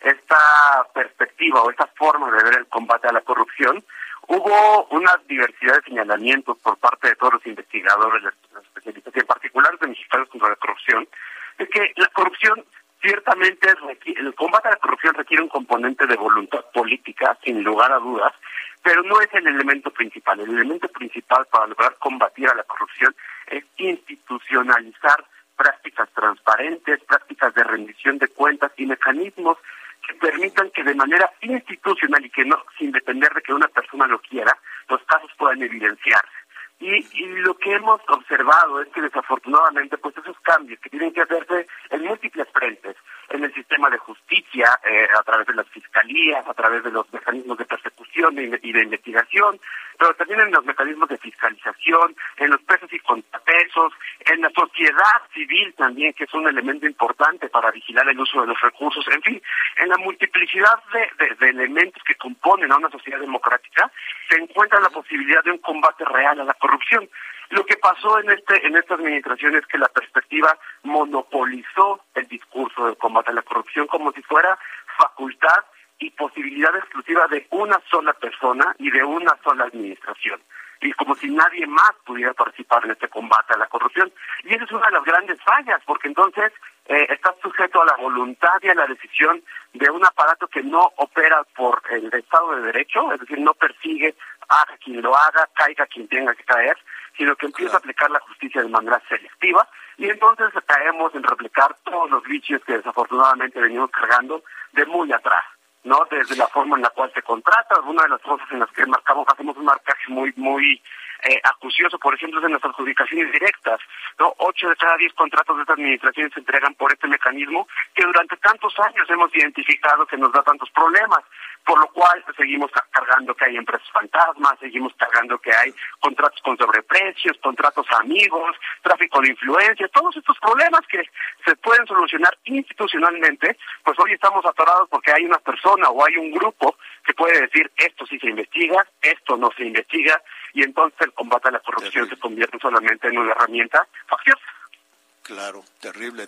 esta perspectiva o esta forma de ver el combate a la corrupción, hubo una diversidad de señalamientos por parte de todos los investigadores, los especialistas, y en particular de Mexicanos contra la Corrupción, de que la corrupción ciertamente, el combate a la corrupción requiere un componente de voluntad política, sin lugar a dudas, pero no es el elemento principal. El elemento principal para lograr combatir a la corrupción es institucionalizar prácticas transparentes, prácticas de rendición de cuentas y mecanismos que permitan que de manera institucional y que no sin depender de que una persona lo quiera, los casos puedan evidenciarse. Y lo que hemos observado es que desafortunadamente pues esos cambios que tienen que hacerse en múltiples frentes, en el sistema de justicia, a través de las fiscalías, a través de los mecanismos de persecución y de investigación, pero también en los mecanismos de fiscalización, en los pesos y contrapesos, en la sociedad civil también, que es un elemento importante para vigilar el uso de los recursos, en fin, en la multiplicidad de elementos que componen a una sociedad democrática, se encuentra la posibilidad de un combate real a la corrupción. Lo que pasó en esta administración es que la perspectiva monopolizó el discurso del combate a la corrupción como si fuera facultad y posibilidad exclusiva de una sola persona y de una sola administración, y como si nadie más pudiera participar en este combate a la corrupción. Y esa es una de las grandes fallas, porque entonces está sujeto a la voluntad y a la decisión de un aparato que no opera por el Estado de Derecho, es decir, no persigue, haga quien lo haga, caiga quien tenga que caer, sino que empieza a aplicar la justicia de manera selectiva, y entonces caemos en replicar todos los vicios que desafortunadamente venimos cargando de muy atrás, ¿no? Desde la forma en la cual se contrata, una de las cosas en las que hacemos un marcaje muy acucioso, por ejemplo, es en las adjudicaciones directas, ¿no? 8 de cada 10 contratos de esta administración se entregan por este mecanismo que durante tantos años hemos identificado que nos da tantos problemas, por lo cual seguimos cargando que hay empresas fantasmas, seguimos cargando que hay contratos con sobreprecios, contratos amigos, tráfico de influencias, todos estos problemas que se pueden solucionar institucionalmente, pues hoy estamos atorados porque hay una persona o hay un grupo que puede decir esto sí se investiga, esto no se investiga, y entonces el combate a la corrupción se convierte solamente en una herramienta facciosa. Claro, terrible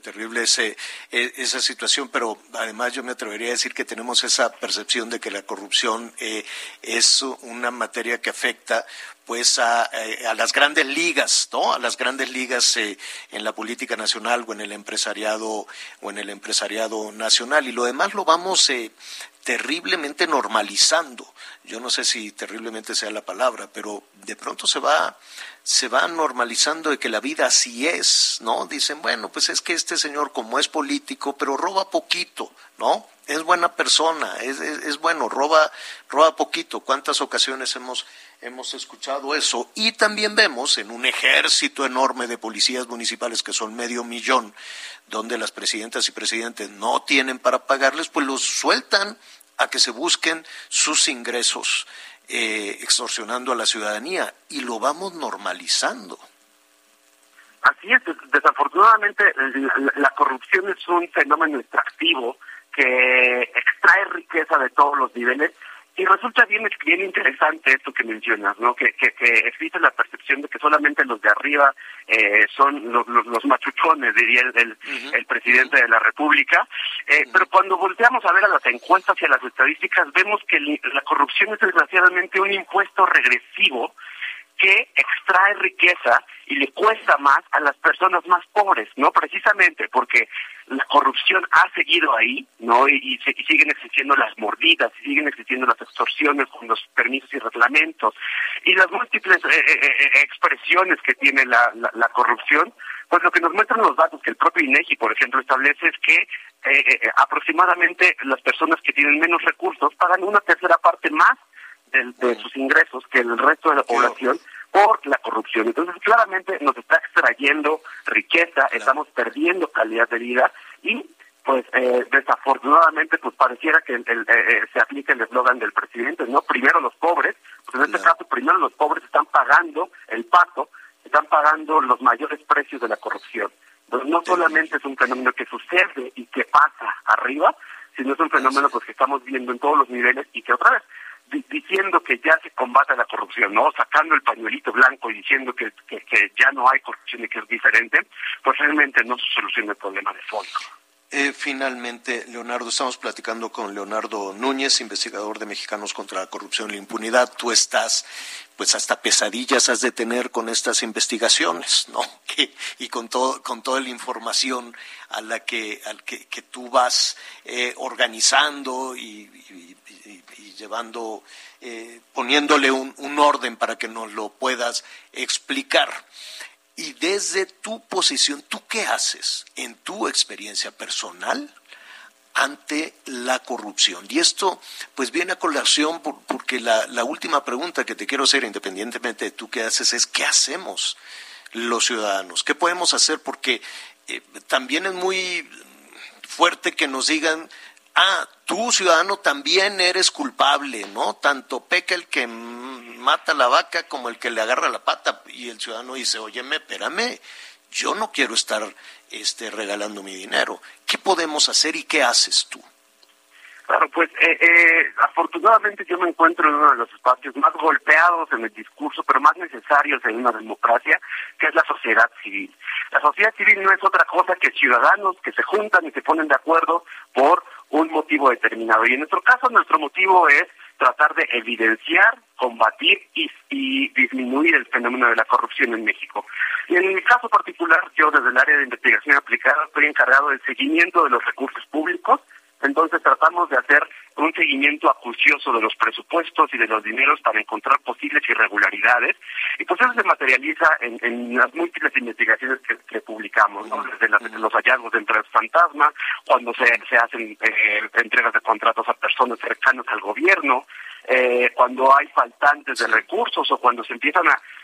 esa situación, pero además yo me atrevería a decir que tenemos esa percepción de que la corrupción es una materia que afecta pues a las grandes ligas, ¿no? A las grandes ligas en la política nacional o en el empresariado nacional, y lo demás lo vamos terriblemente normalizando. Yo no sé si terriblemente sea la palabra, pero de pronto se va normalizando de que la vida así es, ¿no? Dicen, bueno, pues es que este señor como es político, pero roba poquito, ¿no? Es buena persona, es bueno, roba poquito. ¿Cuántas ocasiones hemos escuchado eso? Y también vemos en un ejército enorme de policías municipales que son 500,000, donde las presidentas y presidentes no tienen para pagarles, pues los sueltan a que se busquen sus ingresos, extorsionando a la ciudadanía, y lo vamos normalizando. Así es, desafortunadamente la corrupción es un fenómeno extractivo que extrae riqueza de todos los niveles, y resulta bien interesante esto que mencionas, ¿no? Que existe la percepción de que solamente los de arriba son los machuchones, diría el presidente de la República, pero cuando volteamos a ver a las encuestas y a las estadísticas, vemos que la corrupción es desgraciadamente un impuesto regresivo que extrae riqueza y le cuesta más a las personas más pobres, ¿no? Precisamente porque la corrupción ha seguido ahí, ¿no? Y siguen existiendo las mordidas, y siguen existiendo las extorsiones con los permisos y reglamentos, y las múltiples expresiones que tiene la corrupción. Pues lo que nos muestran los datos que el propio INEGI, por ejemplo, establece es que aproximadamente las personas que tienen menos recursos pagan una tercera parte más de sus ingresos que el resto de la población por la corrupción. Entonces, claramente nos está extrayendo riqueza, estamos perdiendo calidad de vida, y pues desafortunadamente pues pareciera que se aplica el eslogan del presidente, ¿no? Primero los pobres, pues en este caso primero los pobres están pagando el pato, están pagando los mayores precios de la corrupción. Entonces, no solamente es un fenómeno que sucede y que pasa arriba, sino es un fenómeno pues que estamos viendo en todos los niveles, y que otra vez diciendo que ya se combate la corrupción, ¿no? Sacando el pañuelito blanco y diciendo que ya no hay corrupción y que es diferente, pues realmente no se soluciona el problema de fondo. Finalmente, Leonardo, estamos platicando con Leonardo Núñez, investigador de Mexicanos contra la Corrupción y la Impunidad. Tú estás, pues hasta pesadillas has de tener con estas investigaciones, ¿no? Y con toda la información a la que tú vas organizando y llevando, poniéndole un orden para que nos lo puedas explicar. Y desde tu posición, ¿tú qué haces en tu experiencia personal ante la corrupción? Y esto pues viene a colación porque la última pregunta que te quiero hacer, independientemente de tú qué haces, es ¿qué hacemos los ciudadanos? ¿Qué podemos hacer? Porque también es muy fuerte que nos digan, tú ciudadano también eres culpable, ¿no? Tanto peca el que mata la vaca como el que le agarra la pata, y el ciudadano dice, óyeme, espérame, yo no quiero estar regalando mi dinero. ¿Qué podemos hacer y qué haces tú? Claro, pues afortunadamente yo me encuentro en uno de los espacios más golpeados en el discurso, pero más necesarios en una democracia, que es la sociedad civil. La sociedad civil no es otra cosa que ciudadanos que se juntan y se ponen de acuerdo por un motivo determinado. Y en nuestro caso, nuestro motivo es tratar de evidenciar, combatir y disminuir el fenómeno de la corrupción en México. Y en mi caso particular, yo desde el área de investigación aplicada estoy encargado del seguimiento de los recursos públicos. Entonces tratamos de hacer un seguimiento acucioso de los presupuestos y de los dineros para encontrar posibles irregularidades, y pues eso se materializa en las múltiples investigaciones que publicamos, ¿no? Desde los hallazgos de empresas fantasma, cuando se hacen entregas de contratos a personas cercanas al gobierno, cuando hay faltantes de recursos, o cuando empieza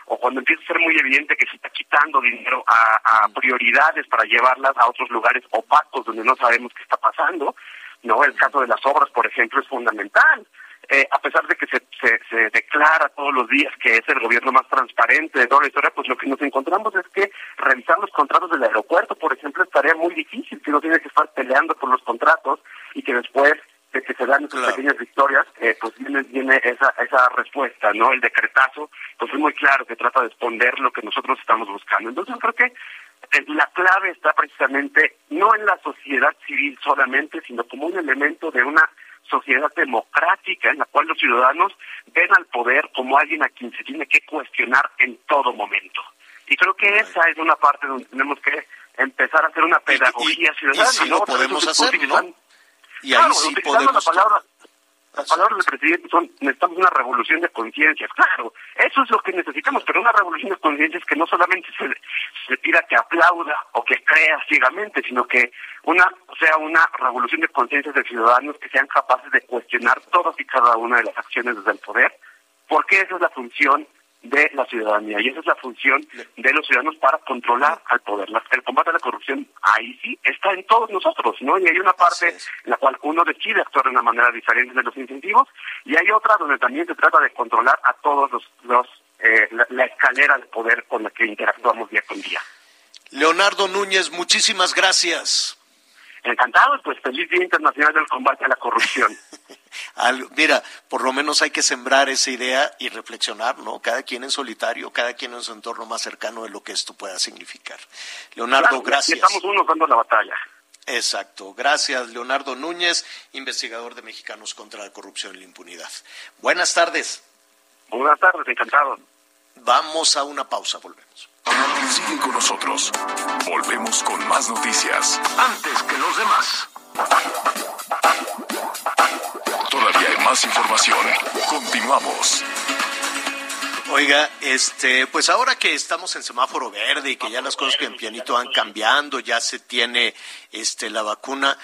a ser muy evidente que se está quitando dinero a prioridades para llevarlas a otros lugares opacos donde no sabemos qué está pasando, ¿no? El caso de las obras, por ejemplo, es fundamental. A pesar de que se declara todos los días que es el gobierno más transparente de toda la historia, pues lo que nos encontramos es que revisar los contratos del aeropuerto, por ejemplo, es tarea muy difícil, que uno tiene que estar peleando por los contratos, y que después de que se dan esas pequeñas victorias, pues viene esa respuesta, ¿no? El decretazo, pues es muy claro que trata de esconder lo que nosotros estamos buscando. Entonces yo creo que la clave está precisamente no en la sociedad civil solamente, sino como un elemento de una sociedad democrática en la cual los ciudadanos ven al poder como alguien a quien se tiene que cuestionar en todo momento. Y creo que esa es una parte donde tenemos que empezar a hacer una pedagogía ciudadana. Y sí, ¿no? lo podemos hacer, ¿no? Y claro, ahí sí utilizando podemos... la palabra, Las palabras del presidente son: necesitamos una revolución de conciencias. Claro, eso es lo que necesitamos, pero una revolución de conciencias que no solamente se tira que aplauda o que crea ciegamente, sino que sea una revolución de conciencias de ciudadanos que sean capaces de cuestionar todas y cada una de las acciones desde el poder, porque esa es la función de la ciudadanía y esa es la función de los ciudadanos para controlar al poder. El combate a la corrupción ahí sí está en todos nosotros, ¿no? Y hay una parte en la cual uno decide actuar de una manera diferente de los incentivos y hay otra donde también se trata de controlar a todos la escalera de poder con la que interactuamos día con día. Leonardo Núñez, muchísimas gracias. Encantado, pues feliz Día Internacional del Combate a la Corrupción. Mira, por lo menos hay que sembrar esa idea y reflexionar, ¿no? Cada quien en solitario, cada quien en su entorno más cercano de lo que esto pueda significar. Leonardo, claro, gracias. Estamos unos dando la batalla. Exacto. Gracias, Leonardo Núñez, investigador de Mexicanos contra la Corrupción y la Impunidad. Buenas tardes. Buenas tardes, encantado. Vamos a una pausa, volvemos. Sigue con nosotros. Volvemos con más noticias. Antes que los demás. Todavía hay más información. Continuamos. Oiga, pues ahora que estamos en semáforo verde y que ya las cosas que en pianito van cambiando, ya se tiene la vacuna,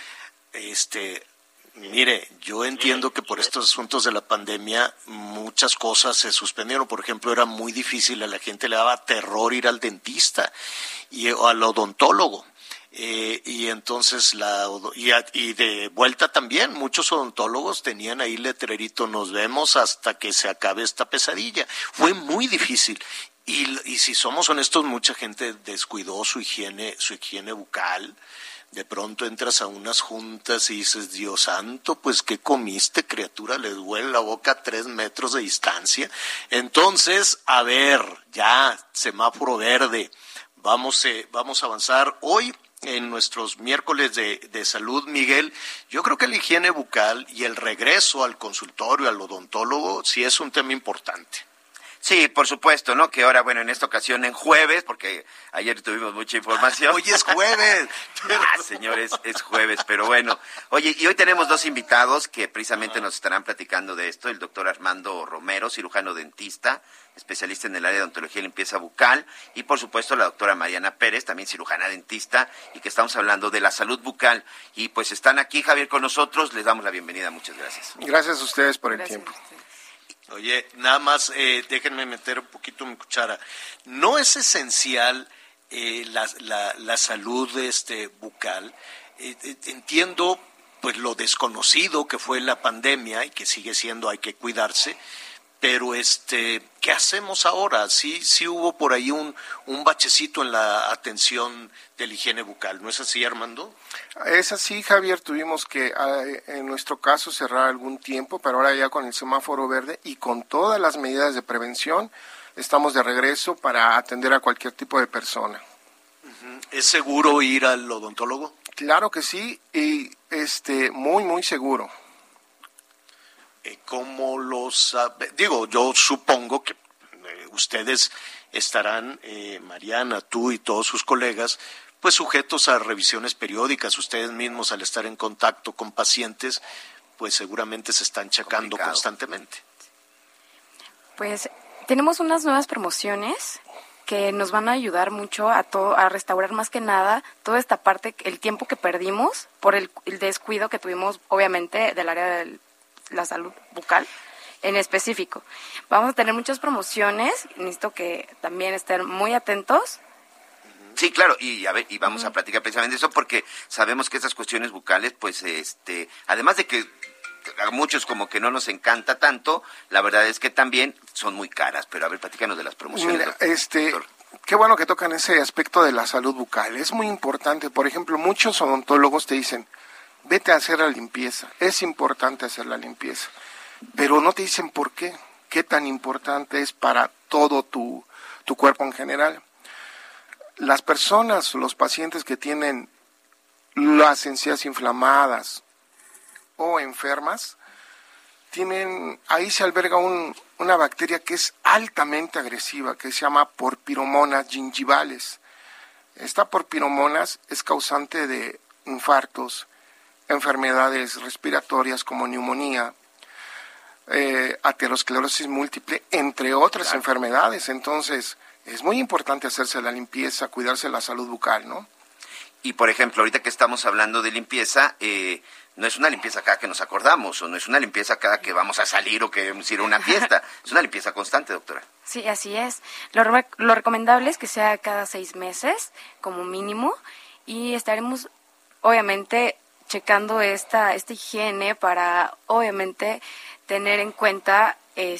mire, yo entiendo que por estos asuntos de la pandemia muchas cosas se suspendieron. Por ejemplo, era muy difícil, a la gente le daba terror ir al dentista o al odontólogo. Y entonces y de vuelta también muchos odontólogos tenían ahí letrerito: nos vemos hasta que se acabe esta pesadilla. Fue muy difícil. Y si somos honestos, mucha gente descuidó su higiene bucal. De pronto entras a unas juntas y dices: Dios santo, pues ¿qué comiste, criatura? Le duele la boca a 3 metros de distancia. Entonces, a ver, ya, semáforo verde. Vamos a avanzar hoy en nuestros miércoles de salud, Miguel. Yo creo que la higiene bucal y el regreso al consultorio, al odontólogo, sí es un tema importante. Sí, por supuesto, ¿no? Que ahora, bueno, en esta ocasión en jueves, porque ayer tuvimos mucha información. Hoy es jueves. Señores, es jueves, pero bueno. Oye, y hoy tenemos 2 invitados que precisamente nos estarán platicando de esto. El doctor Armando Romero, cirujano dentista, especialista en el área de odontología y limpieza bucal, y por supuesto la doctora Mariana Pérez, también cirujana dentista, y que estamos hablando de la salud bucal. Y pues están aquí, Javier, con nosotros. Les damos la bienvenida. Muchas gracias. Gracias a ustedes por el tiempo. Oye, nada más déjenme meter un poquito mi cuchara. ¿No es esencial la salud bucal? Entiendo pues lo desconocido que fue la pandemia y que sigue siendo, hay que cuidarse, pero ¿qué hacemos ahora? Sí hubo por ahí un bachecito en la atención de la higiene bucal, ¿no es así, Armando? Es así, Javier. Tuvimos que, en nuestro caso, cerrar algún tiempo, pero ahora ya con el semáforo verde y con todas las medidas de prevención, estamos de regreso para atender a cualquier tipo de persona. ¿Es seguro ir al odontólogo? Claro que sí, y muy, muy seguro. ¿Cómo lo sabe? Digo, yo supongo que ustedes estarán, Mariana, tú y todos sus colegas, pues sujetos a revisiones periódicas. Ustedes mismos, al estar en contacto con pacientes, pues seguramente se están checando constantemente. Pues tenemos unas nuevas promociones que nos van a ayudar mucho a restaurar más que nada toda esta parte, el tiempo que perdimos por el descuido que tuvimos, obviamente, del área de la salud bucal en específico. Vamos a tener muchas promociones, necesito que también estén muy atentos. Sí, claro, y vamos a platicar precisamente eso, porque sabemos que estas cuestiones bucales, pues, además de que a muchos como que no nos encanta tanto, la verdad es que también son muy caras. Pero a ver, platícanos de las promociones. Mira, qué bueno que tocan ese aspecto de la salud bucal. Es muy importante. Por ejemplo, muchos odontólogos te dicen: vete a hacer la limpieza. Es importante hacer la limpieza, pero no te dicen por qué. Qué tan importante es para todo tu cuerpo en general. Las personas, los pacientes que tienen las encías inflamadas o enfermas, ahí se alberga una bacteria que es altamente agresiva, que se llama Porphyromonas gingivales. Esta Porphyromonas es causante de infartos, enfermedades respiratorias como neumonía, aterosclerosis múltiple, entre otras enfermedades. Entonces, es muy importante hacerse la limpieza, cuidarse la salud bucal, ¿no? Y, por ejemplo, ahorita que estamos hablando de limpieza, no es una limpieza cada que nos acordamos, o no es una limpieza cada que vamos a salir o queremos ir a una fiesta. Es una limpieza constante, doctora. Sí, así es. Lo recomendable es que sea cada 6 meses, como mínimo, y estaremos, obviamente, checando esta higiene para, obviamente, tener en cuenta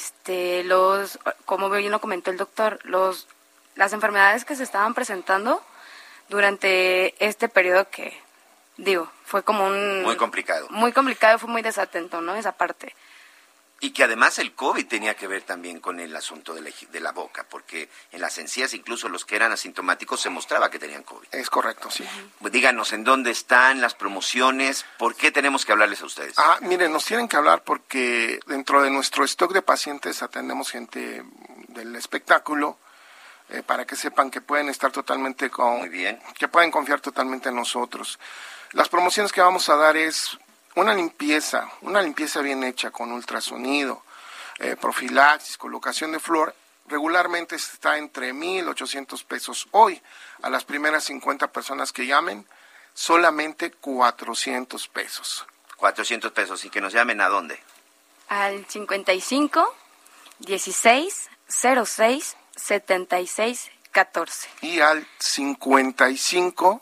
como bien lo comentó el doctor, las enfermedades que se estaban presentando durante este periodo que, fue como muy complicado. Muy complicado, fue muy desatento, ¿no? Esa parte. Y que además el COVID tenía que ver también con el asunto de la boca, porque en las encías, incluso los que eran asintomáticos, se mostraba que tenían COVID. Es correcto, sí. Pues díganos, ¿en dónde están las promociones? ¿Por qué tenemos que hablarles a ustedes? Miren, nos tienen que hablar porque dentro de nuestro stock de pacientes atendemos gente del espectáculo, para que sepan que pueden estar totalmente Muy bien. que pueden confiar totalmente en nosotros. Las promociones que vamos a dar es una limpieza bien hecha con ultrasonido, profilaxis, colocación de flúor. Regularmente está entre 1,800 pesos. Hoy, a las primeras 50 personas que llamen, solamente 400 pesos. 400 pesos, y que nos llamen ¿a dónde? Al 55 16 06 76 14. Y al 55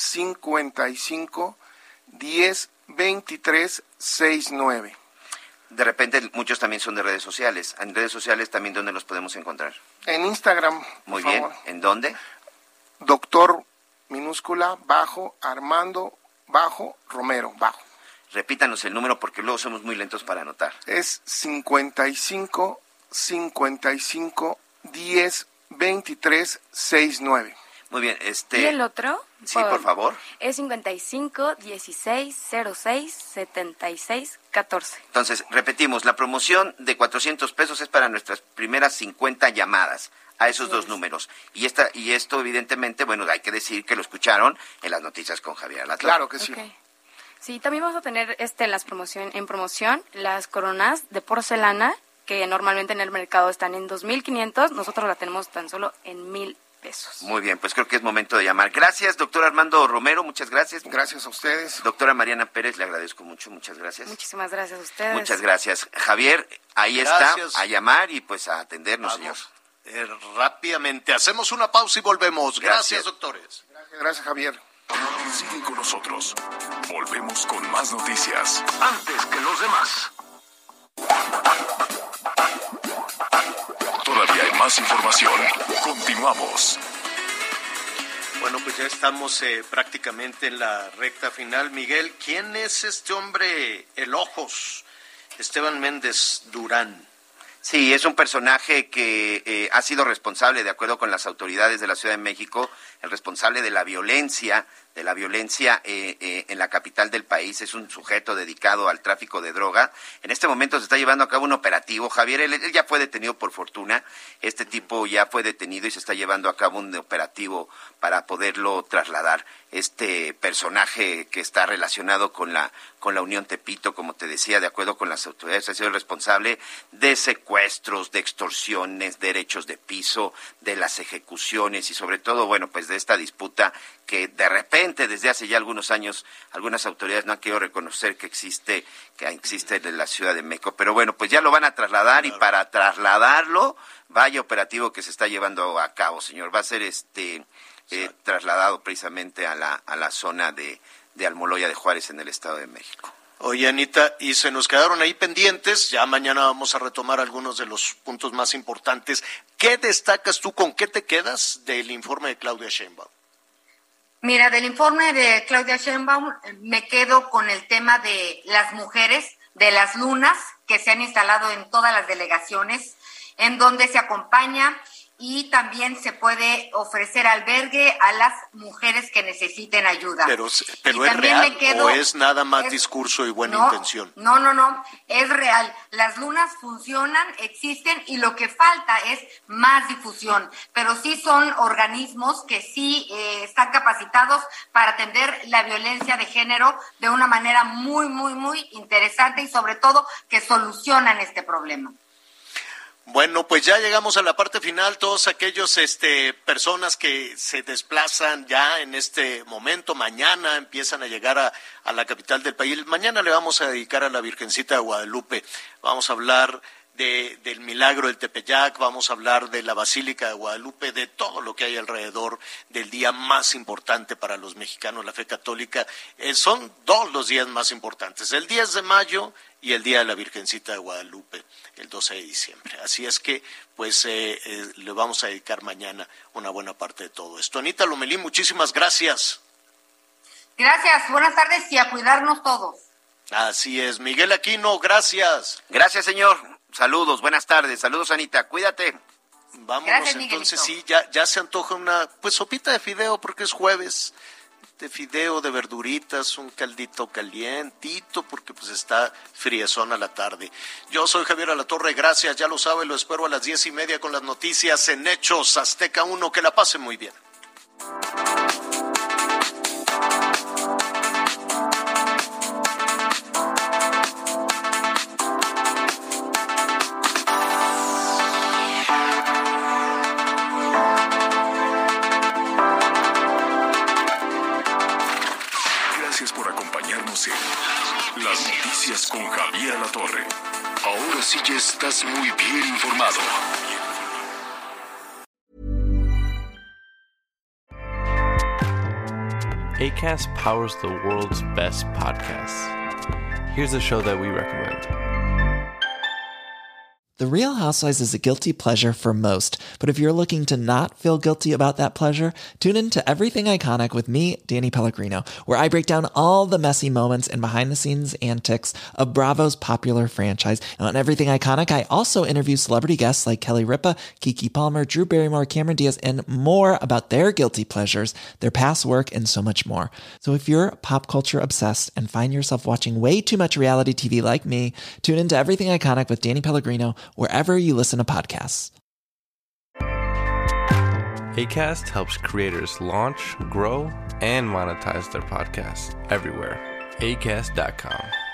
10 23 69. De repente muchos también son de redes sociales. En redes sociales también, ¿dónde los podemos encontrar? En Instagram. Muy bien. Favor. ¿En dónde? Doctor minúscula bajo Armando bajo Romero bajo. Repítanos el número porque luego somos muy lentos para anotar. Es 55 10 23 69. Muy bien, ¿Y el otro? Sí, por favor. Es 55 16 06 76 14. Entonces, repetimos, la promoción de 400 pesos es para nuestras primeras 50 llamadas a esos dos números. Y esto, evidentemente, bueno, hay que decir que lo escucharon en las noticias con Javier Alatorre. Claro que sí. Okay. Sí, también vamos a tener en promoción las coronas de porcelana, que normalmente en el mercado están en 2,500, nosotros la tenemos tan solo en 1,000 pesos. Muy bien, pues creo que es momento de llamar. Gracias, doctor Armando Romero, muchas gracias. Gracias a ustedes. Doctora Mariana Pérez, le agradezco mucho, muchas gracias. Muchísimas gracias a ustedes. Muchas gracias. Javier, ahí Gracias. está, a llamar y pues a atendernos, Vamos, señor. rápidamente, hacemos una pausa y volvemos. Gracias, doctores. Gracias, Javier. Sigue con nosotros. Volvemos con más noticias. Antes que los demás. Todavía hay más información. Continuamos. Bueno, pues ya estamos prácticamente en la recta final. Miguel, ¿quién es este hombre, el Ojos? Esteban Méndez Durán. Sí, es un personaje que ha sido responsable, de acuerdo con las autoridades de la Ciudad de México, el responsable de la violencia en la capital del país. Es un sujeto dedicado al tráfico de droga. En este momento se está llevando a cabo un operativo. Javier, él ya fue detenido por fortuna. Este tipo ya fue detenido y se está llevando a cabo un operativo para poderlo trasladar. Este personaje que está relacionado con la Unión Tepito, como te decía, de acuerdo con las autoridades, ha sido el responsable de secuestros, de extorsiones, derechos de piso, de las ejecuciones y sobre todo, bueno, pues de esta disputa que de repente desde hace ya algunos años algunas autoridades no han querido reconocer que existe en la Ciudad de México. Pero bueno, pues ya lo van a trasladar. Claro. Y para trasladarlo, vaya operativo que se está llevando a cabo, señor. Va a ser trasladado precisamente a la zona de Almoloya de Juárez en el Estado de México. Oye, Anita, y se nos quedaron ahí pendientes, ya mañana vamos a retomar algunos de los puntos más importantes. ¿Qué destacas tú, con qué te quedas del informe de Claudia Sheinbaum? Mira, del informe de Claudia Sheinbaum me quedo con el tema de las mujeres, de las lunas que se han instalado en todas las delegaciones, en donde se acompaña y también se puede ofrecer albergue a las mujeres que necesiten ayuda. Pero ¿es real o es nada más discurso y buena intención? No, es real. Las lunas funcionan, existen y lo que falta es más difusión. Pero sí son organismos que sí están capacitados para atender la violencia de género de una manera muy, muy, muy interesante y sobre todo que solucionan este problema. Bueno, pues ya llegamos a la parte final. Todos aquellos personas que se desplazan ya en este momento, mañana empiezan a llegar a la capital del país. Mañana le vamos a dedicar a la Virgencita de Guadalupe. Vamos a hablar del milagro del Tepeyac, vamos a hablar de la Basílica de Guadalupe, de todo lo que hay alrededor del día más importante para los mexicanos, la fe católica. Son dos los días más importantes, el 10 de mayo y el Día de la Virgencita de Guadalupe, el 12 de diciembre. Así es que, pues, le vamos a dedicar mañana una buena parte de todo esto. Anita Lomelí, muchísimas gracias. Gracias, buenas tardes y a cuidarnos todos. Así es. Miguel Aquino, gracias. Gracias, señor. Saludos, buenas tardes. Saludos, Anita. Cuídate. Vámonos. Gracias, entonces, Miguelito. sí, ya se antoja una, pues, sopita de fideo porque es jueves. De fideo, de verduritas, un caldito calientito, porque pues está friezona la tarde. Yo soy Javier Alatorre, gracias, ya lo sabe, lo espero a las 10:30 con las noticias en Hechos Azteca 1, que la pasen muy bien. Las noticias con Javier Alatorre. Ahora sí ya estás muy bien informado. Acast powers the world's best podcasts. Here's a show that we recommend. The Real Housewives is a guilty pleasure for most, but if you're looking to not feel guilty about that pleasure, tune in to Everything Iconic with me, Danny Pellegrino, where I break down all the messy moments and behind-the-scenes antics of Bravo's popular franchise. And on Everything Iconic, I also interview celebrity guests like Kelly Ripa, Keke Palmer, Drew Barrymore, Cameron Diaz, and more about their guilty pleasures, their past work, and so much more. So if you're pop culture obsessed and find yourself watching way too much reality TV like me, tune in to Everything Iconic with Danny Pellegrino, wherever you listen to podcasts. Acast helps creators launch, grow, and monetize their podcasts everywhere. Acast.com.